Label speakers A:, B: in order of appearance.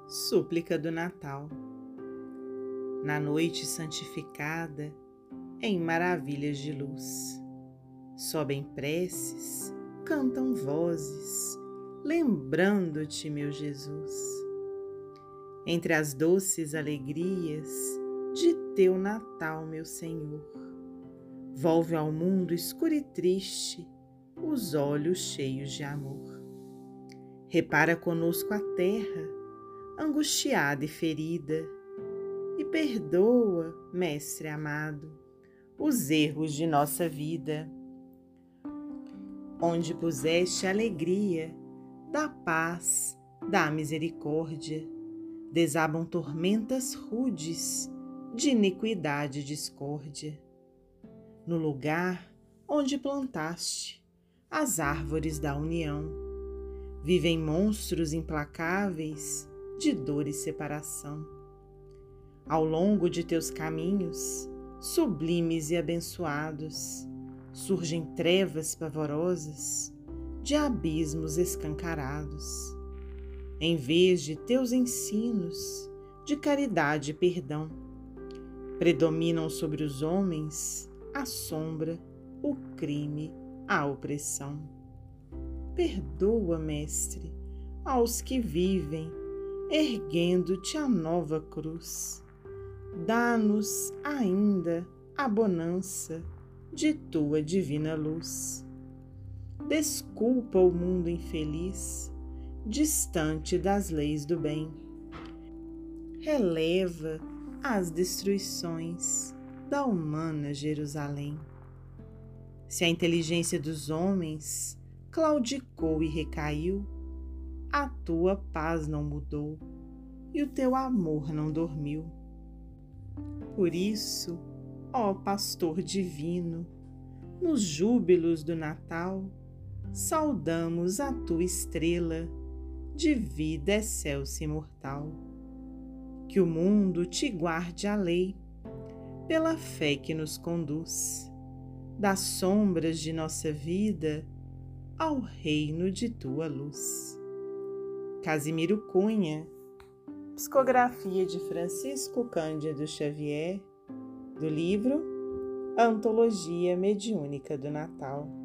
A: Súplica do Natal. Na noite santificada, em maravilhas de luz, sobem preces, cantam vozes, lembrando-te, meu Jesus. Entre as doces alegrias de teu Natal, meu Senhor, volve ao mundo escuro e triste os olhos cheios de amor. Repara conosco a terra, angustiada e ferida, e perdoa, Mestre amado, os erros de nossa vida. Onde puseste a alegria da paz, da misericórdia, desabam tormentas rudes de iniquidade e discórdia. No lugar onde plantaste as árvores da união, vivem monstros implacáveis de dor e separação. Ao longo de teus caminhos, sublimes e abençoados, surgem trevas pavorosas de abismos escancarados. Em vez de teus ensinos de caridade e perdão, predominam sobre os homens a sombra, o crime, a opressão. Perdoa, Mestre, aos que vivem, erguendo-te a nova cruz. Dá-nos ainda a bonança de tua divina luz. Desculpa o mundo infeliz, distante das leis do bem. Releva as destruições da humana Jerusalém. Se a inteligência dos homens claudicou e recaiu, a tua paz não mudou e o teu amor não dormiu. Por isso, ó Pastor divino, nos júbilos do Natal, saudamos a tua estrela de vida excelsa e imortal. Que o mundo te guarde a lei, pela fé que nos conduz, das sombras de nossa vida ao reino de tua luz. Casimiro Cunha, psicografia de Francisco Cândido Xavier, do livro Antologia Mediúnica do Natal.